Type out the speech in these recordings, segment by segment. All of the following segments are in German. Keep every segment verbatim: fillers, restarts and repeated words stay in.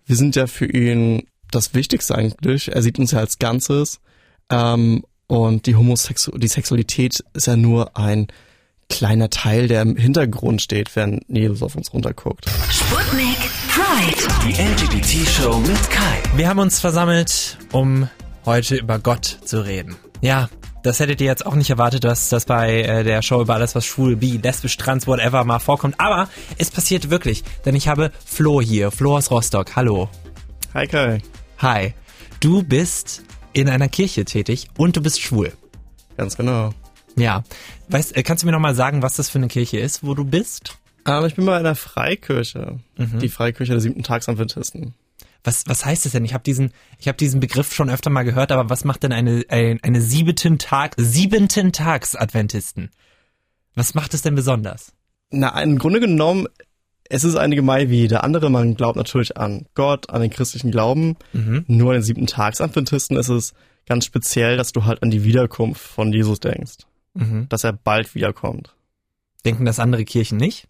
wir sind ja für ihn das Wichtigste eigentlich. Er sieht uns ja als Ganzes. Ähm, und die Homosexu- die Sexualität ist ja nur ein kleiner Teil, der im Hintergrund steht, wenn Jesus auf uns runterguckt. Sputnik Pride. Die L G B T-Show mit Kai. Wir haben uns versammelt, um heute über Gott zu reden. Ja, das hättet ihr jetzt auch nicht erwartet, dass das bei äh, der Show über alles, was schwul, bi, lesbisch, trans, whatever mal vorkommt. Aber es passiert wirklich, denn ich habe Flo hier. Flo aus Rostock. Hallo. Hi Kai. Hi. Du bist in einer Kirche tätig und du bist schwul. Ganz genau. Ja. Weißt, äh, kannst du mir nochmal sagen, was das für eine Kirche ist, wo du bist? Ähm, ich bin bei einer Freikirche. Mhm. Die Freikirche der siebten Tags-Adventisten. Was, was heißt das denn? Ich habe diesen, ich habe diesen Begriff schon öfter mal gehört, aber was macht denn eine, eine, eine siebenten Tag, siebenten Tags-Adventisten? Was macht es denn besonders? Na, im Grunde genommen, es ist eine Gemeinde wie jede andere. Man glaubt natürlich an Gott, an den christlichen Glauben. Mhm. Nur an den siebten Tags-Adventisten ist es ganz speziell, dass du halt an die Wiederkunft von Jesus denkst. Mhm. Dass er bald wiederkommt. Denken das andere Kirchen nicht?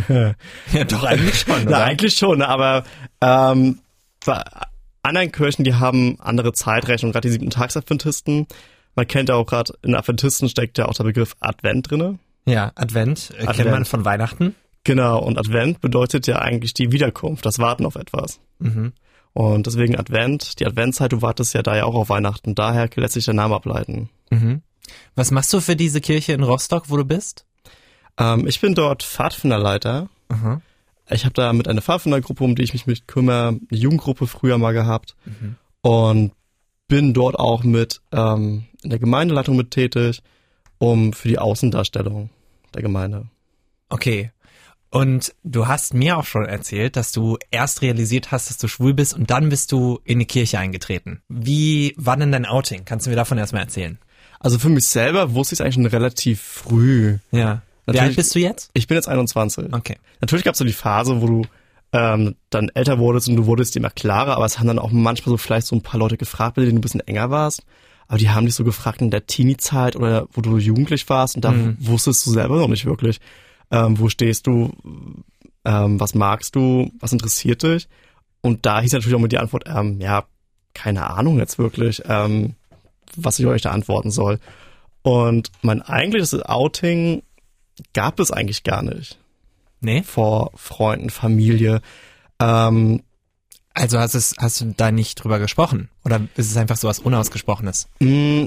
Ja, doch eigentlich schon, oder? Na, eigentlich schon, aber ähm, bei anderen Kirchen, die haben andere Zeitrechnung, gerade die siebten Tags-Adventisten. Man kennt ja auch gerade, in Adventisten steckt ja auch der Begriff Advent drinne. Ja, Advent, äh, Advent. kennt man von Weihnachten. Genau, und Advent bedeutet ja eigentlich die Wiederkunft, das Warten auf etwas. Mhm. Und deswegen Advent, die Adventszeit, du wartest ja da ja auch auf Weihnachten, daher lässt sich der Name ableiten. Mhm. Was machst du für diese Kirche in Rostock, wo du bist? Ähm, ich bin dort Pfadfinderleiter. Mhm. Ich habe da mit einer Pfadfindergruppe, um die ich mich mit kümmere, eine Jugendgruppe früher mal gehabt. Mhm. Und bin dort auch mit ähm, in der Gemeindeleitung mit tätig, um für die Außendarstellung der Gemeinde. Okay. Und du hast mir auch schon erzählt, dass du erst realisiert hast, dass du schwul bist und dann bist du in die Kirche eingetreten. Wie war denn dein Outing? Kannst du mir davon erstmal erzählen? Also für mich selber wusste ich es eigentlich schon relativ früh. Ja. Wie Natürlich- alt bist du jetzt? Ich bin jetzt einundzwanzig. Okay. Natürlich gab es so die Phase, wo du ähm, dann älter wurdest und du wurdest dir immer klarer, aber es haben dann auch manchmal so vielleicht so ein paar Leute gefragt, mit denen du ein bisschen enger warst. Aber die haben dich so gefragt in der Teenie-Zeit oder wo du jugendlich warst und da Mhm. wusstest du selber noch nicht wirklich, ähm, wo stehst du, ähm, was magst du, was interessiert dich. Und da hieß natürlich auch mit die Antwort, ähm, ja, keine Ahnung jetzt wirklich, ähm, was ich euch da antworten soll. Und mein eigentliches Outing gab es eigentlich gar nicht. Nee? Vor Freunden, Familie. Ähm, Also hast, es, hast du da nicht drüber gesprochen? Oder ist es einfach so was Unausgesprochenes? mh,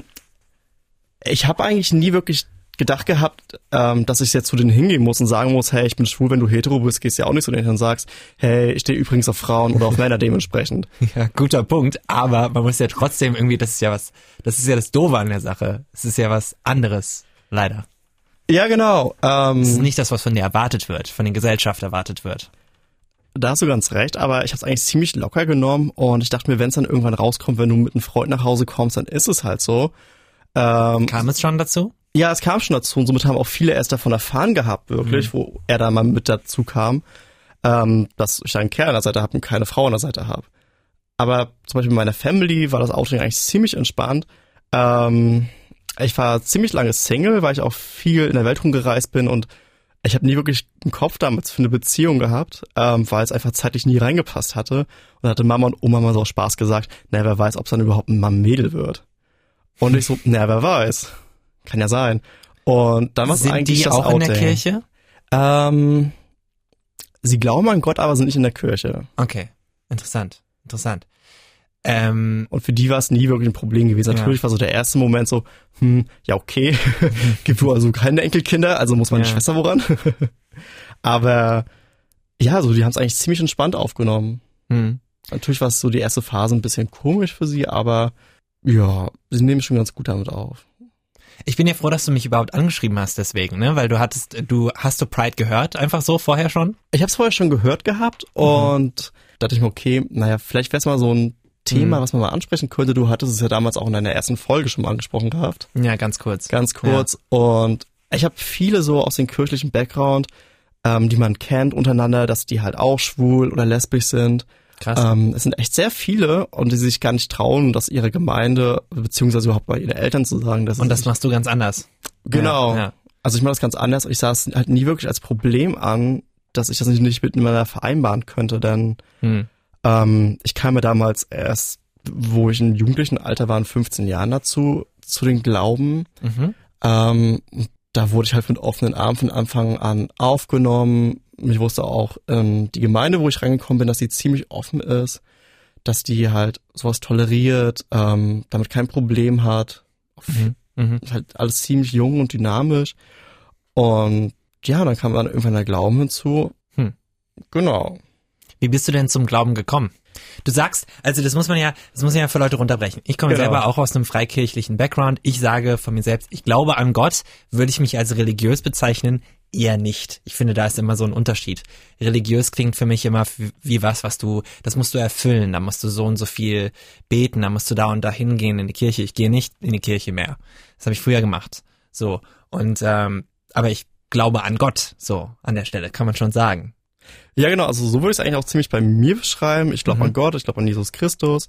ich habe eigentlich nie wirklich gedacht gehabt, ähm, dass ich jetzt zu denen hingehen muss und sagen muss, hey, ich bin schwul, wenn du hetero bist, gehst du ja auch nicht zu denen und sagst, hey, ich stehe übrigens auf Frauen oder auf Männer dementsprechend. Ja, guter Punkt. Aber man muss ja trotzdem irgendwie, das ist ja was, das ist ja das Doofe an der Sache. Es ist ja was anderes, leider. Ja, genau. Ähm, Es ist nicht das, was von dir erwartet wird, von der Gesellschaft erwartet wird. Da hast du ganz recht, aber ich habe es eigentlich ziemlich locker genommen und ich dachte mir, wenn es dann irgendwann rauskommt, wenn du mit einem Freund nach Hause kommst, dann ist es halt so. Ähm, Kam es schon dazu? Ja, es kam schon dazu und somit haben auch viele erst davon erfahren gehabt, wirklich, Mhm. wo er da mal mit dazu kam, ähm, dass ich einen Kerl an der Seite habe und keine Frau an der Seite habe. Aber zum Beispiel in meiner Family war das Outing eigentlich ziemlich entspannt. Ähm, ich war ziemlich lange Single, weil ich auch viel in der Welt rumgereist bin und ich habe nie wirklich einen Kopf damit für eine Beziehung gehabt, ähm, weil es einfach zeitlich nie reingepasst hatte. Und da hatte Mama und Oma mal so aus Spaß gesagt, na, wer weiß, ob es dann überhaupt ein Mann-Mädel wird. Und ich so, na, wer weiß. Kann ja sein. Und dann war es Sind eigentlich die das auch Outing. in der Kirche? Ähm, sie glauben an Gott, aber sind nicht in der Kirche. Okay, interessant, interessant. Ähm, Und für die war es nie wirklich ein Problem gewesen. Ja. Natürlich war so der erste Moment so, hm, ja okay, gibt wohl also keine Enkelkinder, also muss meine Ja. Schwester woran. Aber ja, so die haben es eigentlich ziemlich entspannt aufgenommen. hm. Natürlich war es so die erste Phase ein bisschen komisch für sie, aber ja, sie nehmen schon ganz gut damit auf. Ich bin ja froh, dass du mich überhaupt angeschrieben hast deswegen, ne? Weil du hattest, du hast du Pride gehört, einfach so vorher schon? Ich habe es vorher schon gehört gehabt und dachte ich mir, okay, naja, vielleicht wäre es mal so ein Thema, Mhm. was man mal ansprechen könnte. Du hattest es ja damals auch in deiner ersten Folge schon mal angesprochen gehabt. Ja, ganz kurz. Ganz kurz. Und ich habe viele so aus dem kirchlichen Background, ähm, die man kennt untereinander, dass die halt auch schwul oder lesbisch sind. Krass. Ähm, es sind echt sehr viele und die sich gar nicht trauen, das ihrer Gemeinde beziehungsweise überhaupt bei ihren Eltern zu sagen. Dass Und es das nicht, machst du ganz anders. genau. Ja, ja. Also ich mache das ganz anders und ich sah es halt nie wirklich als Problem an, dass ich das nicht, nicht miteinander vereinbaren könnte, denn Hm. Ähm, ich kam mir damals erst, wo ich im jugendlichen Alter war, in fünfzehn Jahren dazu, zu den Glauben. Mhm. Ähm, da wurde ich halt mit offenen Armen von Anfang an aufgenommen. Ich wusste auch, ähm, die Gemeinde, wo ich reingekommen bin, dass die ziemlich offen ist, dass die halt sowas toleriert, ähm, damit kein Problem hat. Mhm. Mhm. Halt alles ziemlich jung und dynamisch. Und ja, dann kam dann irgendwann der Glauben hinzu. Hm. Genau. Wie bist du denn zum Glauben gekommen? Du sagst, also das muss man ja, das muss man ja für Leute runterbrechen. Ich komme Genau. selber auch aus einem freikirchlichen Background. Ich sage von mir selbst, ich glaube an Gott. Würde ich mich als religiös bezeichnen? Eher nicht. Ich finde, da ist immer so ein Unterschied. Religiös klingt für mich immer wie was, was du, das musst du erfüllen. Da musst du so und so viel beten, da musst du da und da hingehen in die Kirche. Ich gehe nicht in die Kirche mehr. Das habe ich früher gemacht. So. Und, ähm, aber ich glaube an Gott. So, an der Stelle, kann man schon sagen. Ja, genau, also so würde ich es eigentlich auch ziemlich bei mir beschreiben. Ich glaube Mhm. an Gott, ich glaube an Jesus Christus.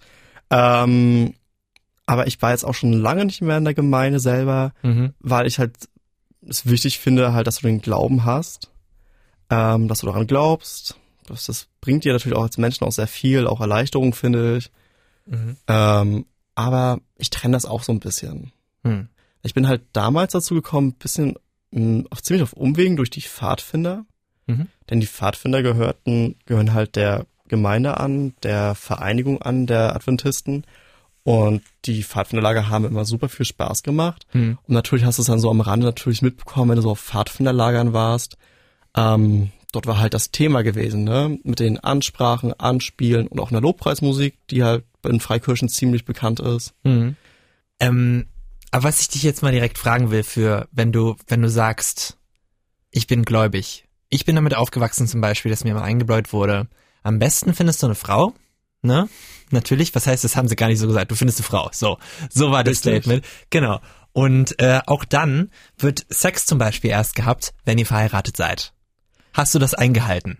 Ähm, aber ich war jetzt auch schon lange nicht mehr in der Gemeinde selber, Mhm. weil ich halt es wichtig finde, halt, dass du den Glauben hast, ähm, dass du daran glaubst. Das, das bringt dir natürlich auch als Menschen auch sehr viel, auch Erleichterung, finde ich. Mhm. Ähm, aber ich trenne das auch so ein bisschen. Hm. Ich bin halt damals dazu gekommen, ein bisschen mh, auf, ziemlich auf Umwegen durch die Pfadfinder. Mhm. Denn die Pfadfinder gehörten, gehören halt der Gemeinde an, der Vereinigung an, der Adventisten. Und die Pfadfinderlager haben immer super viel Spaß gemacht. Hm. Und natürlich hast du es dann so am Rande natürlich mitbekommen, wenn du so auf Pfadfinderlagern warst. Ähm, dort war halt das Thema gewesen, ne? Mit den Ansprachen, Anspielen und auch in der Lobpreismusik, die halt bei den Freikirchen ziemlich bekannt ist. Mhm. Ähm, aber was ich dich jetzt mal direkt fragen will, für wenn du, wenn du sagst, ich bin gläubig. Ich bin damit aufgewachsen zum Beispiel, dass mir mal eingebläut wurde, am besten findest du eine Frau, ne? Natürlich, was heißt, das haben sie gar nicht so gesagt, du findest eine Frau. So, so war das Richtig. Statement. Genau. Und äh, auch dann wird Sex zum Beispiel erst gehabt, wenn ihr verheiratet seid. Hast du das eingehalten?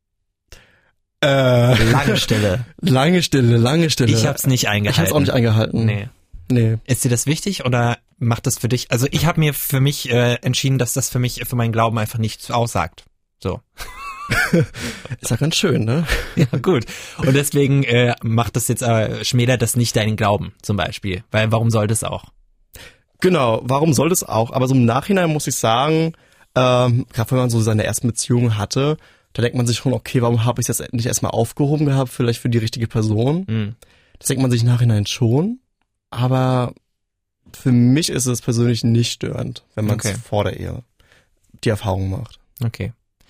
Äh, Lange Stille. lange Stille, lange Stille. Ich hab's nicht eingehalten. Ich hab's auch nicht eingehalten. Nee. Nee. Ist dir das wichtig oder macht das für dich? Also ich habe mir für mich äh, entschieden, dass das für mich, für meinen Glauben einfach nichts aussagt. So. Ist ja ganz schön, ne? Ja, gut. Und deswegen äh, macht das jetzt, äh, schmälert das nicht deinen Glauben zum Beispiel. Weil warum sollte es auch? Genau, warum sollte es auch? Aber so im Nachhinein muss ich sagen, ähm, gerade wenn man so seine ersten Beziehungen hatte, da denkt man sich schon, okay, warum habe ich es jetzt nicht erstmal aufgehoben gehabt, vielleicht für die richtige Person? Mhm. Das denkt man sich im Nachhinein schon, aber für mich ist es persönlich nicht störend, wenn man es Okay. vor der Ehe die Erfahrung macht. Okay.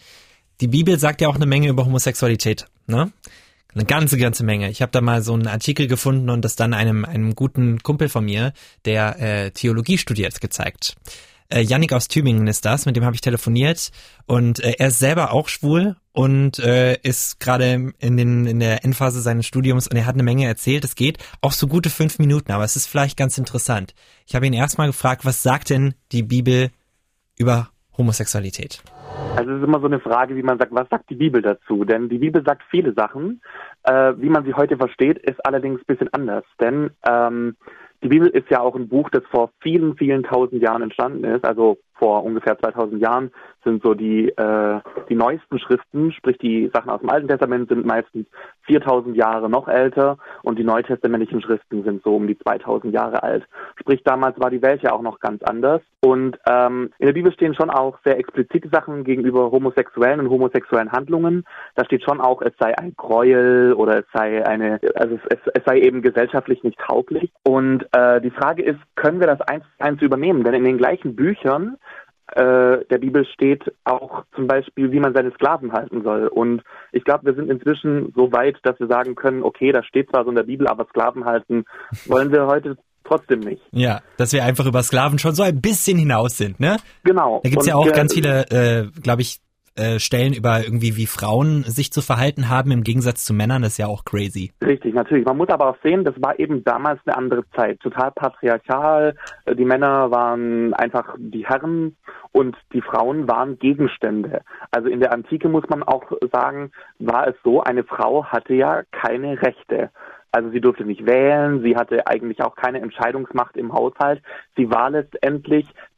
Die Bibel sagt ja auch eine Menge über Homosexualität, ne? Eine ganze, ganze Menge. Ich habe da mal so einen Artikel gefunden und das dann einem einem guten Kumpel von mir, der äh, Theologie studiert, gezeigt. Äh, Yannick aus Tübingen ist das, mit dem habe ich telefoniert und äh, er ist selber auch schwul und äh, ist gerade in den in der Endphase seines Studiums und er hat eine Menge erzählt. Es geht auch so gute fünf Minuten, aber es ist vielleicht ganz interessant. Ich habe ihn erstmal gefragt, was sagt denn die Bibel über Homosexualität? Also es ist immer so eine Frage, wie man sagt, was sagt die Bibel dazu? Denn die Bibel sagt viele Sachen. Äh, wie man sie heute versteht, ist allerdings ein bisschen anders. Denn ähm, die Bibel ist ja auch ein Buch, das vor vielen, vielen tausend Jahren entstanden ist. Also vor ungefähr zweitausend Jahren sind so die äh, die neuesten Schriften, sprich die Sachen aus dem Alten Testament sind meistens viertausend Jahre noch älter und die neutestamentlichen Schriften sind so um die zweitausend Jahre alt. Sprich, damals war die Welt ja auch noch ganz anders. Und ähm, in der Bibel stehen schon auch sehr explizite Sachen gegenüber homosexuellen und homosexuellen Handlungen. Da steht schon auch, es sei ein Gräuel oder es sei eine, also es, es, es sei eben gesellschaftlich nicht tauglich. Und äh, die Frage ist, können wir das eins zu eins übernehmen? Denn in den gleichen Büchern äh, der Bibel steht auch zum Beispiel, wie man seine Sklaven halten soll. Und ich glaube, wir sind inzwischen so weit, dass wir sagen können, okay, das steht zwar so in der Bibel, aber Sklaven halten wollen wir heute trotzdem nicht. Ja, dass wir einfach über Sklaven schon so ein bisschen hinaus sind, ne? Genau. Da gibt's Und ja auch wir- ganz viele, äh, glaube ich, äh, Stellen über irgendwie, wie Frauen sich zu verhalten haben im Gegensatz zu Männern. Das ist ja auch crazy. Richtig, natürlich. Man muss aber auch sehen, das war eben damals eine andere Zeit. Total patriarchal. Die Männer waren einfach die Herren und die Frauen waren Gegenstände. Also in der Antike muss man auch sagen, war es so, eine Frau hatte ja keine Rechte. Also sie durfte nicht wählen, sie hatte eigentlich auch keine Entscheidungsmacht im Haushalt. Sie war letztendlich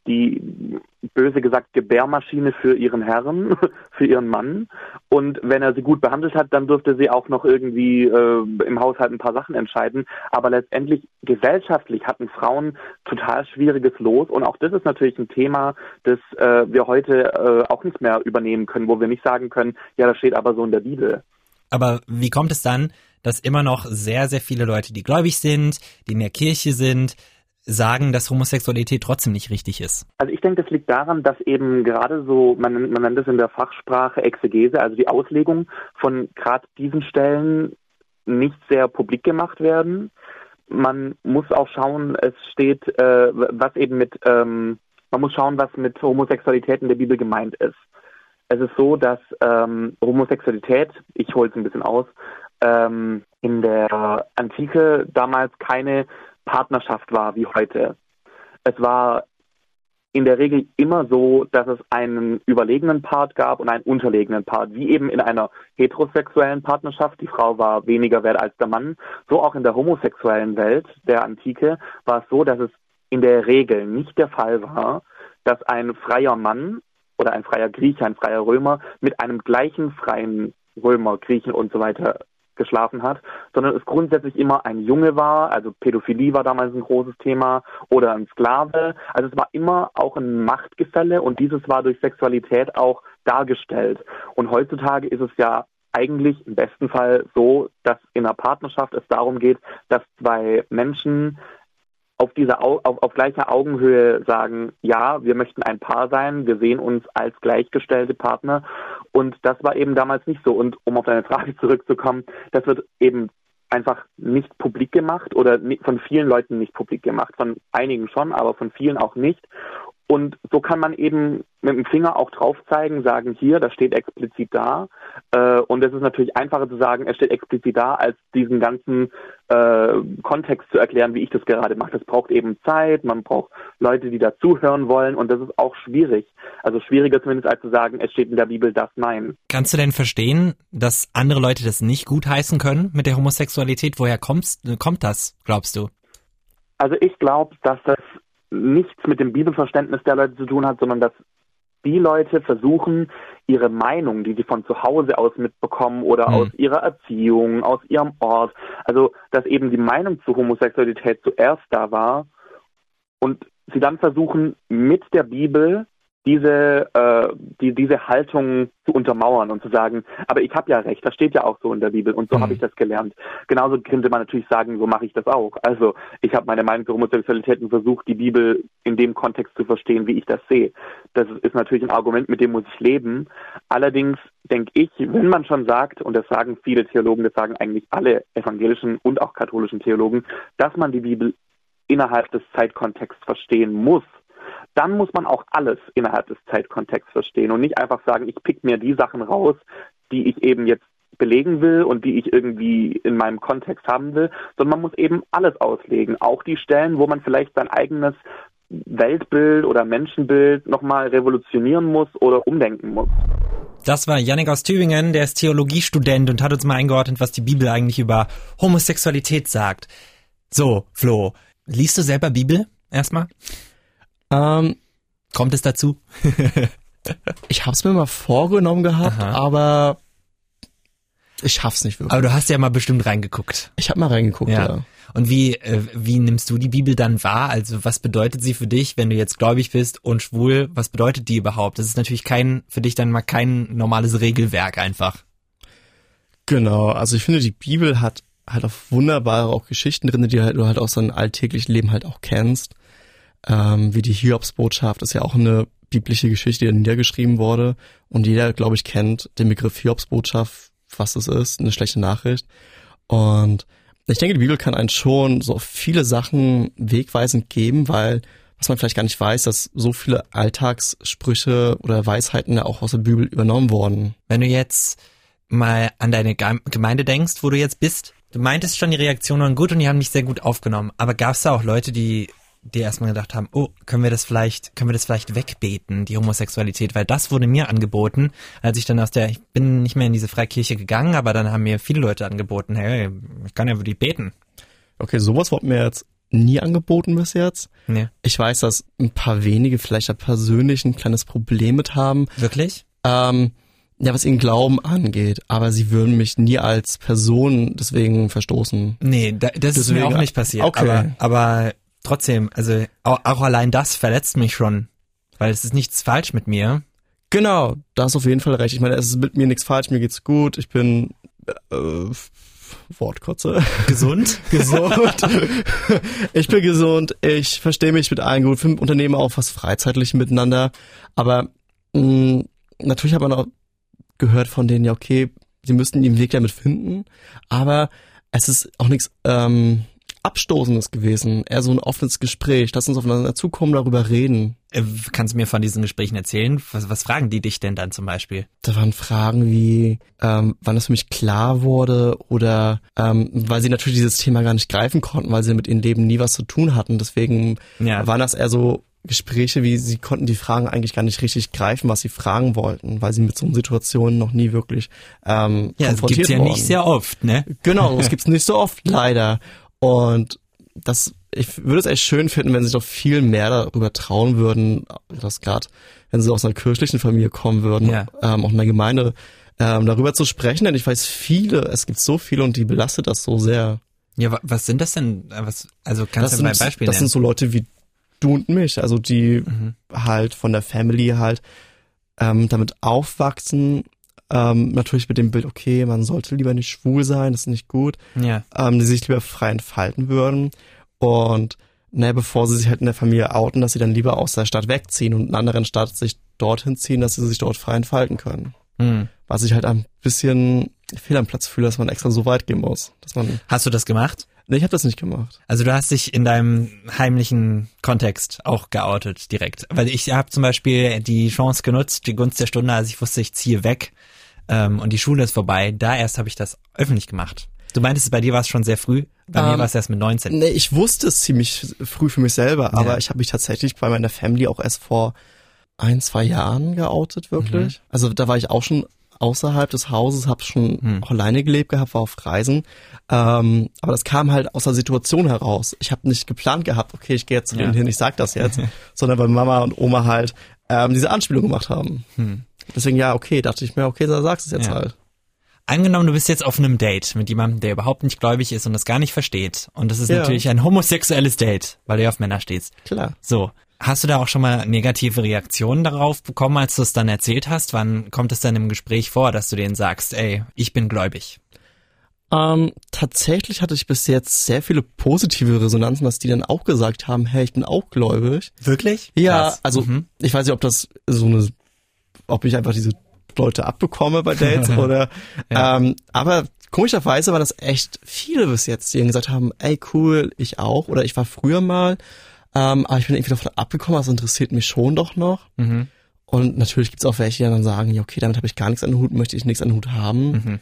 die, böse gesagt, Gebärmaschine für ihren Herrn, für ihren Mann. Und wenn er sie gut behandelt hat, dann durfte sie auch noch irgendwie äh, im Haushalt ein paar Sachen entscheiden. Aber letztendlich gesellschaftlich hatten Frauen total schwieriges Los. Und auch das ist natürlich ein Thema, das äh, wir heute äh, auch nicht mehr übernehmen können, wo wir nicht sagen können, ja, das steht aber so in der Bibel. Aber wie kommt es dann, dass immer noch sehr, sehr viele Leute, die gläubig sind, die in der Kirche sind, sagen, dass Homosexualität trotzdem nicht richtig ist? Also ich denke, das liegt daran, dass eben gerade so, man, man nennt es in der Fachsprache Exegese, also die Auslegung von gerade diesen Stellen nicht sehr publik gemacht werden. Man muss auch schauen, es steht, äh, was eben mit, ähm, man muss schauen, was mit Homosexualität in der Bibel gemeint ist. Es ist so, dass ähm, Homosexualität, ich hole es ein bisschen aus, ähm, in der Antike damals keine Partnerschaft war wie heute. Es war in der Regel immer so, dass es einen überlegenen Part gab und einen unterlegenen Part, wie eben in einer heterosexuellen Partnerschaft. Die Frau war weniger wert als der Mann. So auch in der homosexuellen Welt der Antike war es so, dass es in der Regel nicht der Fall war, dass ein freier Mann oder ein freier Grieche, ein freier Römer mit einem gleichen freien Römer, Griechen und so weiter geschlafen hat, sondern es grundsätzlich immer ein Junge war, also Pädophilie war damals ein großes Thema, oder ein Sklave. Also es war immer auch ein Machtgefälle und dieses war durch Sexualität auch dargestellt. Und heutzutage ist es ja eigentlich im besten Fall so, dass in einer Partnerschaft es darum geht, dass zwei Menschen auf dieser Au- auf, auf gleicher Augenhöhe sagen, ja, wir möchten ein Paar sein, wir sehen uns als gleichgestellte Partner. Und das war eben damals nicht so. Und um auf deine Frage zurückzukommen, das wird eben einfach nicht publik gemacht oder von vielen Leuten nicht publik gemacht. Von einigen schon, aber von vielen auch nicht. Und so kann man eben mit dem Finger auch drauf zeigen, sagen, hier, das steht explizit da. Äh, und es ist natürlich einfacher zu sagen, es steht explizit da, als diesen ganzen äh, Kontext zu erklären, wie ich das gerade mache. Das braucht eben Zeit, man braucht Leute, die dazuhören wollen und das ist auch schwierig. Also schwieriger zumindest, als zu sagen, es steht in der Bibel das, nein. Kannst du denn verstehen, dass andere Leute das nicht gutheißen können mit der Homosexualität? Woher kommst, kommt das, glaubst du? Also ich glaube, dass das nichts mit dem Bibelverständnis der Leute zu tun hat, sondern dass die Leute versuchen, ihre Meinung, die sie von zu Hause aus mitbekommen oder mhm. aus ihrer Erziehung, aus ihrem Ort, also dass eben die Meinung zu Homosexualität zuerst da war und sie dann versuchen, mit der Bibel diese äh, die diese Haltung zu untermauern und zu sagen, aber ich habe ja recht, das steht ja auch so in der Bibel und so mhm. habe ich das gelernt. Genauso könnte man natürlich sagen, so mache ich das auch. Also ich habe meine Meinung zur Homosexualität und versucht, die Bibel in dem Kontext zu verstehen, wie ich das sehe. Das ist natürlich ein Argument, mit dem muss ich leben. Allerdings denke ich, wenn man schon sagt, und das sagen viele Theologen, das sagen eigentlich alle evangelischen und auch katholischen Theologen, dass man die Bibel innerhalb des Zeitkontexts verstehen muss, dann muss man auch alles innerhalb des Zeitkontexts verstehen und nicht einfach sagen, ich pick mir die Sachen raus, die ich eben jetzt belegen will und die ich irgendwie in meinem Kontext haben will, sondern man muss eben alles auslegen, auch die Stellen, wo man vielleicht sein eigenes Weltbild oder Menschenbild nochmal revolutionieren muss oder umdenken muss. Das war Yannick aus Tübingen, der ist Theologiestudent und hat uns mal eingeordnet, was die Bibel eigentlich über Homosexualität sagt. So, Flo, liest du selber Bibel erstmal? Ähm, Kommt es dazu? Ich hab's mir mal vorgenommen gehabt, Aha. aber ich schaff's nicht wirklich. Aber du hast ja mal bestimmt reingeguckt. Ich hab mal reingeguckt, ja. ja. Und wie äh, wie nimmst du die Bibel dann wahr? Also was bedeutet sie für dich, wenn du jetzt gläubig bist und schwul? Was bedeutet die überhaupt? Das ist natürlich kein für dich dann mal kein normales Regelwerk einfach. Genau, also ich finde, die Bibel hat halt auch wunderbare auch Geschichten drin, die halt, du halt aus deinem alltäglichen Leben halt auch kennst. Ähm, wie die Hiobsbotschaft ist ja auch eine biblische Geschichte, die niedergeschrieben wurde. Und jeder, glaube ich, kennt den Begriff Hiobsbotschaft, was es ist, eine schlechte Nachricht. Und ich denke, die Bibel kann einen schon so viele Sachen wegweisend geben, weil was man vielleicht gar nicht weiß, dass so viele Alltagssprüche oder Weisheiten ja auch aus der Bibel übernommen wurden. Wenn du jetzt mal an deine Gemeinde denkst, wo du jetzt bist, du meintest schon, die Reaktionen waren gut und die haben dich sehr gut aufgenommen. Aber gab es da auch Leute, die die erstmal gedacht haben, oh, können wir das vielleicht, können wir das vielleicht wegbeten, die Homosexualität, weil das wurde mir angeboten, als ich dann aus der, ich bin nicht mehr in diese Freikirche gegangen, aber dann haben mir viele Leute angeboten, hey, ich kann ja für die beten. Okay, sowas wurde mir jetzt nie angeboten bis jetzt. Nee. Ich weiß, dass ein paar wenige vielleicht da persönlich ein kleines Problem mit haben. Wirklich? Ähm, ja, was ihren Glauben angeht. Aber sie würden mich nie als Person deswegen verstoßen. Nee, da, das ist mir Deswegen- auch nicht passiert. okay. Aber, aber trotzdem, also auch, auch allein das verletzt mich schon. Weil es ist nichts falsch mit mir. Genau, da hast du auf jeden Fall recht. Ich meine, es ist mit mir nichts falsch, mir geht's gut. Ich bin äh, Wortkotze. Gesund? Gesund. Ich bin gesund, ich verstehe mich mit allen gut, wir unternehmen auch was freizeitlich miteinander, aber mh, natürlich hat man auch gehört von denen, ja okay, sie müssten ihren Weg damit finden, aber es ist auch nichts ähm, Abstoßendes gewesen, eher so ein offenes Gespräch, lass uns aufeinander zukommen, darüber reden. Äh, Kannst du mir von diesen Gesprächen erzählen? Was, was fragen die dich denn dann zum Beispiel? Da waren Fragen wie, ähm, wann es für mich klar wurde oder ähm, weil sie natürlich dieses Thema gar nicht greifen konnten, weil sie mit ihrem Leben nie was zu tun hatten. Deswegen Ja. waren das eher so Gespräche, wie sie konnten die Fragen eigentlich gar nicht richtig greifen, was sie fragen wollten, weil sie mit so einer Situation noch nie wirklich ähm, Ja, das konfrontiert gibt's ja wurden. nicht sehr oft, ne? Genau, das gibt's nicht so oft, leider. Und das, ich würde es echt schön finden, wenn sie doch viel mehr darüber trauen würden, dass gerade, wenn sie aus einer kirchlichen Familie kommen würden, Ja. ähm, auch in der Gemeinde, ähm, darüber zu sprechen, denn ich weiß viele, es gibt so viele und die belastet das so sehr. Ja, wa- was sind das denn? Was, also kannst Das du mal ein sind, Beispiel das sind nennen? so Leute wie du und mich, also die Mhm. halt von der Family halt ähm, damit aufwachsen, ähm, natürlich mit dem Bild, okay, man sollte lieber nicht schwul sein, das ist nicht gut, Ja. ähm, die sich lieber frei entfalten würden und ne, bevor sie sich halt in der Familie outen, dass sie dann lieber aus der Stadt wegziehen und in einer anderen Stadt sich dorthin ziehen, dass sie sich dort frei entfalten können. Hm. Was ich halt ein bisschen fehl am Platz fühle, dass man extra so weit gehen muss, dass man, Hast du das gemacht? ne, ich habe das nicht gemacht. Also du hast dich in deinem heimlichen Kontext auch geoutet direkt. Weil ich habe zum Beispiel die Chance genutzt, die Gunst der Stunde, als ich wusste, ich ziehe weg ähm, und die Schule ist vorbei. Da erst habe ich das öffentlich gemacht. Du meintest, bei dir war es schon sehr früh. Bei mir Ähm, war es erst mit neunzehn. Nee, ich wusste es ziemlich früh für mich selber, aber Ja. ich habe mich tatsächlich bei meiner Family auch erst vor ein, zwei Jahren geoutet, wirklich. Mhm. Also da war ich auch schon außerhalb des Hauses, habe schon Mhm. auch alleine gelebt gehabt, war auf Reisen. Ähm, aber das kam halt aus der Situation heraus. Ich habe nicht geplant gehabt, okay, ich gehe jetzt zu Ja. denen hin, ich sag das jetzt, sondern weil Mama und Oma halt ähm, diese Anspielung gemacht haben. Hm. Deswegen, ja, okay, dachte ich mir, okay, da sagst du es jetzt Ja. halt. Angenommen, du bist jetzt auf einem Date mit jemandem, der überhaupt nicht gläubig ist und das gar nicht versteht. Und das ist Ja. natürlich ein homosexuelles Date, weil du ja auf Männer stehst. Klar. So. Hast du da auch schon mal negative Reaktionen darauf bekommen, als du es dann erzählt hast? Wann kommt es dann im Gespräch vor, dass du denen sagst, ey, ich bin gläubig? Ähm, tatsächlich hatte ich bis jetzt sehr viele positive Resonanzen, dass die dann auch gesagt haben, hey, ich bin auch gläubig. Wirklich? Ja, Krass. also Mhm. ich weiß nicht, ob das so eine, ob ich einfach diese Leute abbekomme bei Dates oder, Ja. ähm, aber komischerweise waren das echt viele bis jetzt, die dann gesagt haben, ey cool, ich auch oder ich war früher mal, ähm, aber ich bin irgendwie davon abgekommen, das interessiert mich schon doch noch. Mhm. Und natürlich gibt's auch welche, die dann sagen, ja okay, damit habe ich gar nichts an den Hut, möchte ich nichts an den Hut haben. Mhm.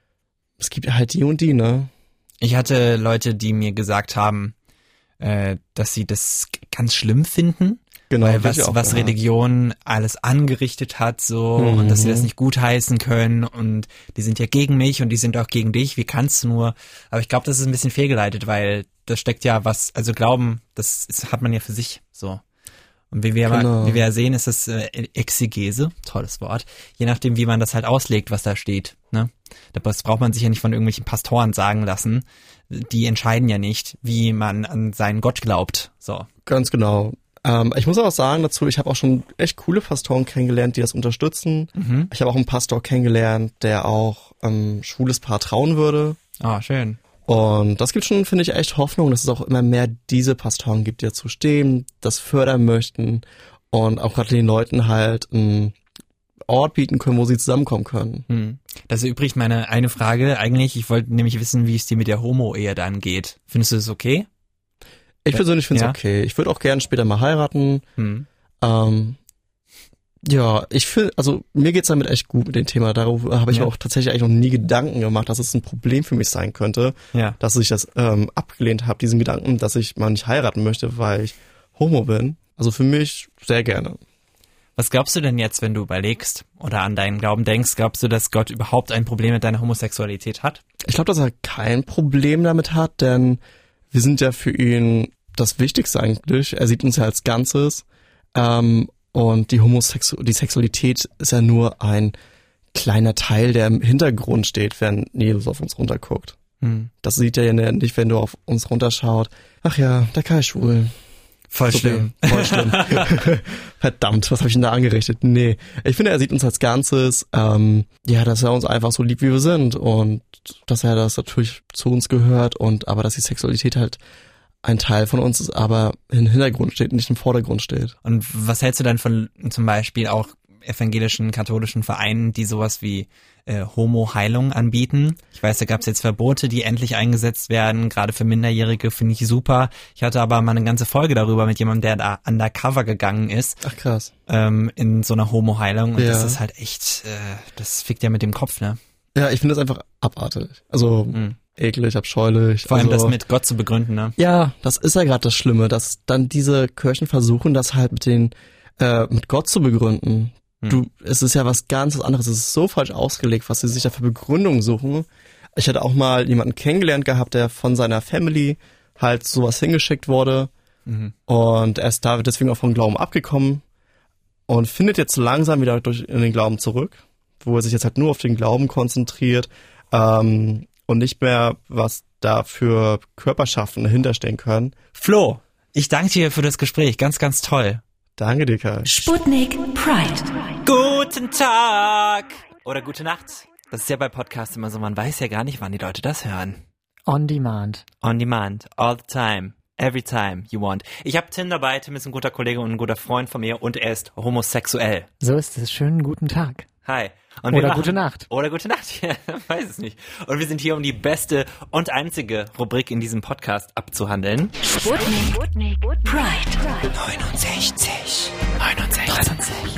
Es gibt halt die und die, ne? Ich hatte Leute, die mir gesagt haben, äh, dass sie das g- ganz schlimm finden, Genau. weil hab was, ich auch was gehört. Religion alles angerichtet hat so Mhm. und dass sie das nicht gutheißen können und die sind ja gegen mich und die sind auch gegen dich, wie kannst du nur? Aber ich glaube, das ist ein bisschen fehlgeleitet, weil das steckt ja was, also Glauben, das ist, hat man ja für sich so. Und wie wir, Genau. wie wir ja sehen, ist das äh, Exegese, tolles Wort, je nachdem, wie man das halt auslegt, was da steht. Ne? Das braucht man sich ja nicht von irgendwelchen Pastoren sagen lassen. Die entscheiden ja nicht, wie man an seinen Gott glaubt. So. Ganz genau. Ähm, ich muss auch sagen dazu, ich habe auch schon echt coole Pastoren kennengelernt, die das unterstützen. Mhm. Ich habe auch einen Pastor kennengelernt, der auch ähm, schwules Paar trauen würde. Ah, schön. Und das gibt schon, finde ich, echt Hoffnung, dass es auch immer mehr diese Pastoren gibt, die dazu stehen, das fördern möchten und auch gerade den Leuten halt einen Ort bieten können, wo sie zusammenkommen können. Hm. Das ist übrigens meine eine Frage eigentlich. Ich wollte nämlich wissen, wie es dir mit der Homo-Ehe dann geht. Findest du das okay? Ich persönlich finde es Ja. okay. Ich würde auch gern später mal heiraten. Hm. Ähm, ja, ich finde, also mir geht's damit echt gut mit dem Thema. Darüber habe ich Ja. mir auch tatsächlich eigentlich noch nie Gedanken gemacht, dass es ein Problem für mich sein könnte, Ja. dass ich das ähm, abgelehnt habe, diesen Gedanken, dass ich mal nicht heiraten möchte, weil ich homo bin. Also für mich sehr gerne. Was glaubst du denn jetzt, wenn du überlegst oder an deinen Glauben denkst, glaubst du, dass Gott überhaupt ein Problem mit deiner Homosexualität hat? Ich glaube, dass er kein Problem damit hat, denn wir sind ja für ihn das Wichtigste eigentlich. Er sieht uns ja als Ganzes. Ähm, und die Homosexu- die Sexualität ist ja nur ein kleiner Teil, der im Hintergrund steht, wenn Jesus auf uns runterguckt. Hm. Das sieht er ja nicht, wenn du auf uns runterschaut. Ach ja, der Kai ist schwul. Voll so schlimm. Voll schlimm. Verdammt, was habe ich denn da angerichtet? Nee. Ich finde, er sieht uns als Ganzes, ähm, ja, dass er uns einfach so liebt, wie wir sind und dass er das natürlich zu uns gehört und aber dass die Sexualität halt ein Teil von uns ist, aber im Hintergrund steht, nicht im Vordergrund steht. Und was hältst du dann von zum Beispiel auch evangelischen, katholischen Vereinen, die sowas wie äh, Homo-Heilung anbieten? Ich weiß, da gab es jetzt Verbote, die endlich eingesetzt werden, gerade für Minderjährige, finde ich super. Ich hatte aber mal eine ganze Folge darüber mit jemandem, der da undercover gegangen ist. Ach krass. Ähm, in so einer Homo-Heilung und ja. das ist halt echt, äh, das fickt ja mit dem Kopf, ne? Ja, ich finde das einfach abartig. Also mhm. eklig, abscheulich. Vor allem also, das mit Gott zu begründen, ne? Ja, das ist ja gerade das Schlimme, dass dann diese Kirchen versuchen, das halt mit den äh, mit Gott zu begründen. Du, es ist ja was ganz anderes. Es ist so falsch ausgelegt, was sie sich da für Begründungen suchen. Ich hatte auch mal jemanden kennengelernt gehabt, der von seiner Family halt sowas hingeschickt wurde. Mhm. Und er ist da deswegen auch vom Glauben abgekommen und findet jetzt langsam wieder durch in den Glauben zurück, wo er sich jetzt halt nur auf den Glauben konzentriert ähm, und nicht mehr, was da für Körperschaften dahinter stehen können. Flo, ich danke dir für das Gespräch. Ganz, ganz toll. Danke dir, Kai. Sputnik Pride. Guten Tag oder gute Nacht. Das ist ja bei Podcasts immer so, man weiß ja gar nicht, wann die Leute das hören. On demand. On demand, all the time, every time you want. Ich habe Tim dabei, Tim ist ein guter Kollege und ein guter Freund von mir und er ist homosexuell. So ist es. Schönen guten Tag. Hi. Und oder machen, gute Nacht. Oder gute Nacht, ja, weiß es nicht. Und wir sind hier, um die beste und einzige Rubrik in diesem Podcast abzuhandeln. Sputnik Pride. neunundsechzig. neunundsechzig.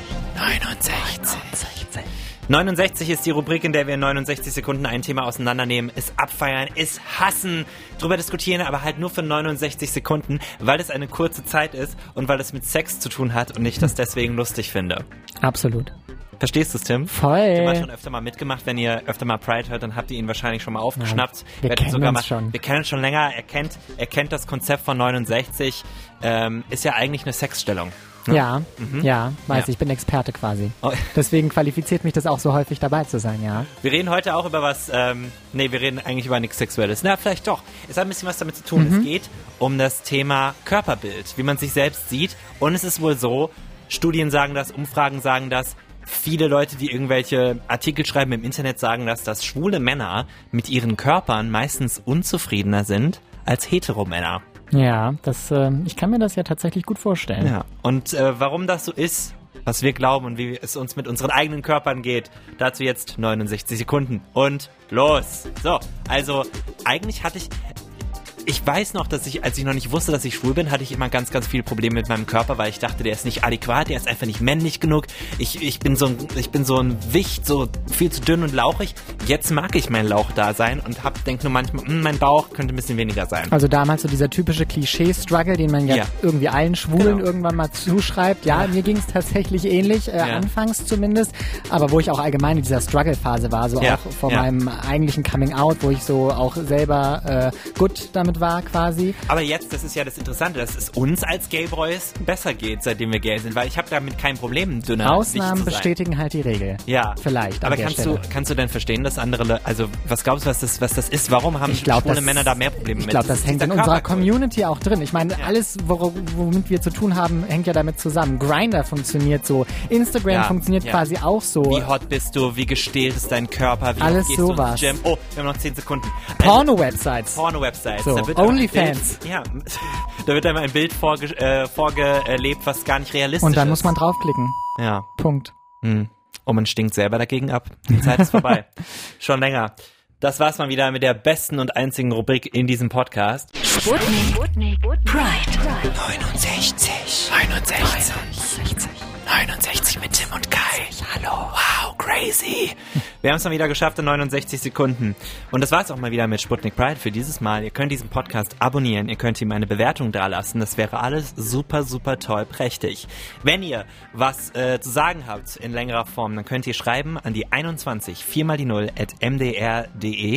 neunundsechzig. neunundsechzig ist die Rubrik, in der wir in neunundsechzig Sekunden ein Thema auseinandernehmen, es abfeiern, es hassen, drüber diskutieren, aber halt nur für neunundsechzig Sekunden, weil es eine kurze Zeit ist und weil es mit Sex zu tun hat und ich das deswegen lustig finde. Absolut. Verstehst du es, Tim? Voll. Tim hat schon öfter mal mitgemacht. Wenn ihr öfter mal Pride hört, dann habt ihr ihn wahrscheinlich schon mal aufgeschnappt. Ja, wir kennen sogar uns mal, schon. Wir kennen uns schon länger. Er kennt, er kennt das Konzept von neunundsechzig. Ähm, ist ja eigentlich eine Sexstellung. Ne? Ja, mhm. ja, weiß ja. ich, bin Experte quasi. Oh. Deswegen qualifiziert mich das auch so häufig dabei zu sein, ja. Wir reden heute auch über was, ähm, nee, wir reden eigentlich über nichts Sexuelles. Na, vielleicht doch. Es hat ein bisschen was damit zu tun. Mhm. Es geht um das Thema Körperbild, wie man sich selbst sieht. Und es ist wohl so, Studien sagen das, Umfragen sagen das, viele Leute, die irgendwelche Artikel schreiben im Internet, sagen das, dass schwule Männer mit ihren Körpern meistens unzufriedener sind als Heteromänner. Ja, das, äh, ich kann mir das ja tatsächlich gut vorstellen. Ja. Und äh, warum das so ist, was wir glauben und wie es uns mit unseren eigenen Körpern geht, dazu jetzt neunundsechzig Sekunden und los. So, also eigentlich hatte ich... Ich weiß noch, dass ich, als ich noch nicht wusste, dass ich schwul bin, hatte ich immer ganz, ganz viele Probleme mit meinem Körper, weil ich dachte, der ist nicht adäquat, der ist einfach nicht männlich genug. Ich, ich bin so ein, ich bin so ein Wicht, so viel zu dünn und lauchig. Jetzt mag ich mein Lauch-Dasein und hab, denk nur manchmal, mh, mein Bauch könnte ein bisschen weniger sein. Also damals so dieser typische Klischee-Struggle, den man ja, Ja. irgendwie allen Schwulen Genau. irgendwann mal zuschreibt. Ja, Ja. mir ging es tatsächlich ähnlich, äh, Ja. anfangs zumindest, aber wo ich auch allgemein in dieser Struggle-Phase war, so Ja. auch vor Ja. meinem eigentlichen Coming-out, wo ich so auch selber äh, gut damit war quasi. Aber jetzt, das ist ja das Interessante, dass es uns als Gay-Boys besser geht, seitdem wir gay sind, weil ich habe damit kein Problem, dünner Ausnahmen Wicht zu sein. bestätigen halt die Regel. Ja. Vielleicht an Aber der kannst Stelle. du, kannst du denn verstehen, dass andere Le- also was glaubst du, was das, was das ist? Warum haben Ich glaub, schwule das- Männer da mehr Probleme Ich mit? glaube, das, ist hängt in dieser unserer Körperkult. Community auch drin. Ich meine, Ja. alles, wor womit wir zu tun haben, hängt ja damit zusammen. Grindr funktioniert so. Instagram Ja, funktioniert ja. quasi auch so. Wie hot bist du? Wie gestählt ist dein Körper? Wie Alles oft gehst du sowas. ins Gym? Oh, wir haben noch zehn Sekunden. Also, Porno-Websites. Porno-Websites. So, Da wird einem ein OnlyFans. Bild- Ja, da wird einem ein Bild vorge äh, vorgelebt, was gar nicht realistisch ist. Und dann muss man draufklicken. Ja. Punkt. Hm. Und man stinkt selber dagegen ab. Die Zeit ist vorbei. Schon länger. Das war's mal wieder mit der besten und einzigen Rubrik in diesem Podcast. Sputnik Pride. neunundsechzig. neunundsechzig. neunundsechzig mit Tim und Kai. Hallo. Wow, crazy. Wir haben es mal wieder geschafft in neunundsechzig Sekunden. Und das war's auch mal wieder mit Sputnik Pride für dieses Mal. Ihr könnt diesen Podcast abonnieren, ihr könnt ihm eine Bewertung dalassen. Das wäre alles super, super toll, prächtig. Wenn ihr was äh, zu sagen habt in längerer Form, dann könnt ihr schreiben an die einundzwanzig vier mal die null at m d r punkt d e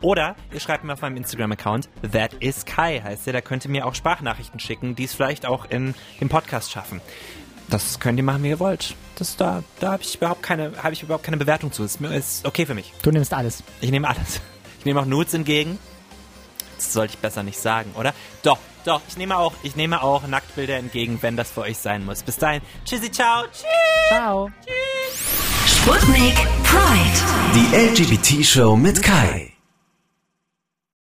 Oder ihr schreibt mir auf meinem Instagram-Account, that is Kai heißt der, da könnt ihr mir auch Sprachnachrichten schicken, die es vielleicht auch in dem Podcast schaffen. Das könnt ihr machen, wie ihr wollt. Das da, da habe ich überhaupt keine, habe ich überhaupt keine Bewertung zu. Das ist okay für mich. Du nimmst alles. Ich nehme alles. Ich nehme auch Nudes entgegen. Das sollte ich besser nicht sagen, oder? Doch, doch. Ich nehme auch, ich nehme auch Nacktbilder entgegen, wenn das für euch sein muss. Bis dahin. Tschüssi, ciao. Tschüss. Ciao. Sputnik Pride. Die L G B T-Show mit Kai.